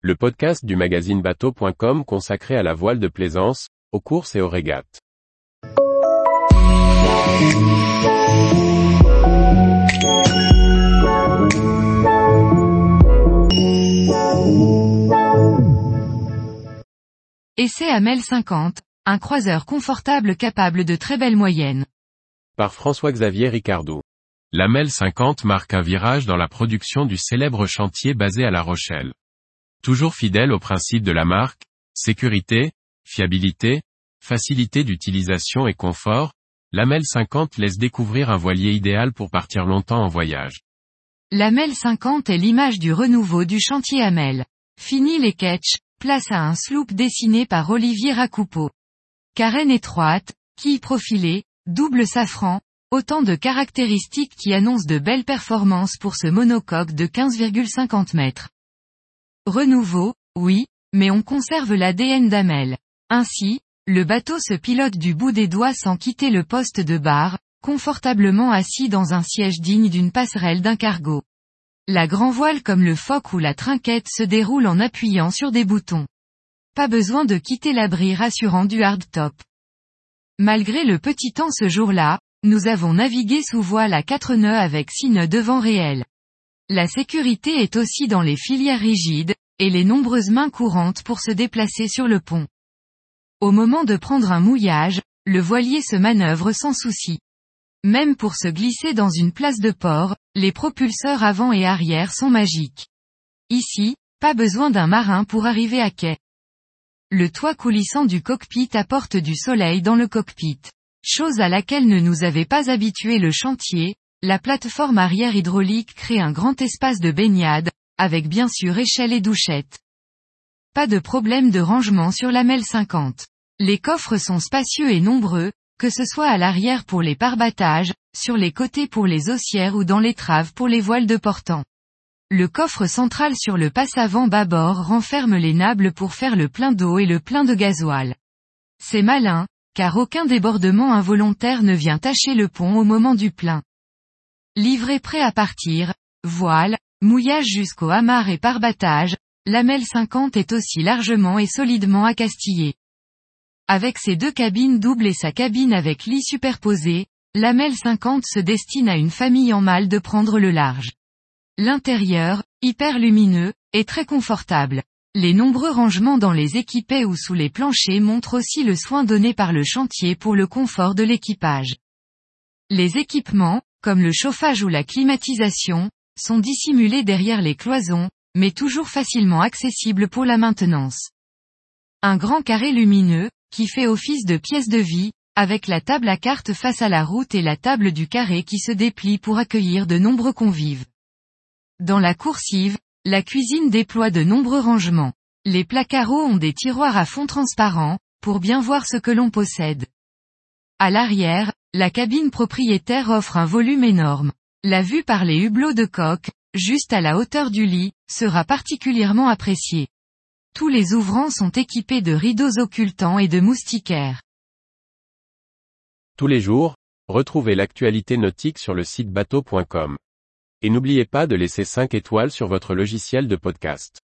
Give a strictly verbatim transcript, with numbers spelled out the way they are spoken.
le podcast du magazine bateau point com consacré à la voile de plaisance, aux courses et aux régates. Essai Hamel cinquante, un croiseur confortable capable de très belles moyennes. Par François-Xavier Ricardou. L'Hamel cinquante marque un virage dans la production du célèbre chantier basé à La Rochelle. Toujours fidèle aux principes de la marque, sécurité, fiabilité, facilité d'utilisation et confort, l'Hamel cinquante laisse découvrir un voilier idéal pour partir longtemps en voyage. L'Hamel cinquante est l'image du renouveau du chantier Hamel. Fini les ketchs, place à un sloop dessiné par Olivier Racoupeau. Carène étroite, quille profilée, double safran, autant de caractéristiques qui annoncent de belles performances pour ce monocoque de quinze virgule cinquante mètres. Renouveau, oui, mais on conserve l'A D N d'Hamel. Ainsi, le bateau se pilote du bout des doigts sans quitter le poste de barre, confortablement assis dans un siège digne d'une passerelle d'un cargo. La grand voile comme le foc ou la trinquette se déroule en appuyant sur des boutons. Pas besoin de quitter l'abri rassurant du hardtop. Malgré le petit temps ce jour-là, nous avons navigué sous voile à quatre nœuds avec six nœuds de vent réel. La sécurité est aussi dans les filières rigides, et les nombreuses mains courantes pour se déplacer sur le pont. Au moment de prendre un mouillage, le voilier se manœuvre sans souci. Même pour se glisser dans une place de port, les propulseurs avant et arrière sont magiques. Ici, pas besoin d'un marin pour arriver à quai. Le toit coulissant du cockpit apporte du soleil dans le cockpit. Chose à laquelle ne nous avait pas habitué le chantier, la plateforme arrière hydraulique crée un grand espace de baignade, avec bien sûr échelle et douchette. Pas de problème de rangement sur l'Hamel cinquante. Les coffres sont spacieux et nombreux, que ce soit à l'arrière pour les pare-battages, sur les côtés pour les haussières ou dans l'étrave pour les voiles de portant. Le coffre central sur le passe-avant bâbord renferme les nables pour faire le plein d'eau et le plein de gasoil. C'est malin, car aucun débordement involontaire ne vient tacher le pont au moment du plein. Livré prêt à partir, voile, mouillage jusqu'au amarre et pare-battage, l'Hamel cinquante est aussi largement et solidement accastillé. Avec ses deux cabines doubles et sa cabine avec lit superposé, l'Hamel cinquante se destine à une famille en mal de prendre le large. L'intérieur, hyper lumineux, est très confortable. Les nombreux rangements dans les équipets ou sous les planchers montrent aussi le soin donné par le chantier pour le confort de l'équipage. Les équipements, comme le chauffage ou la climatisation, sont dissimulés derrière les cloisons, mais toujours facilement accessibles pour la maintenance. Un grand carré lumineux, qui fait office de pièce de vie, avec la table à cartes face à la route et la table du carré qui se déplie pour accueillir de nombreux convives. Dans la coursive, la cuisine déploie de nombreux rangements. Les placards ont des tiroirs à fond transparent, pour bien voir ce que l'on possède. À l'arrière, la cabine propriétaire offre un volume énorme. La vue par les hublots de coque, juste à la hauteur du lit, sera particulièrement appréciée. Tous les ouvrants sont équipés de rideaux occultants et de moustiquaires. Tous les jours, retrouvez l'actualité nautique sur le site bateau point com. Et n'oubliez pas de laisser cinq étoiles sur votre logiciel de podcast.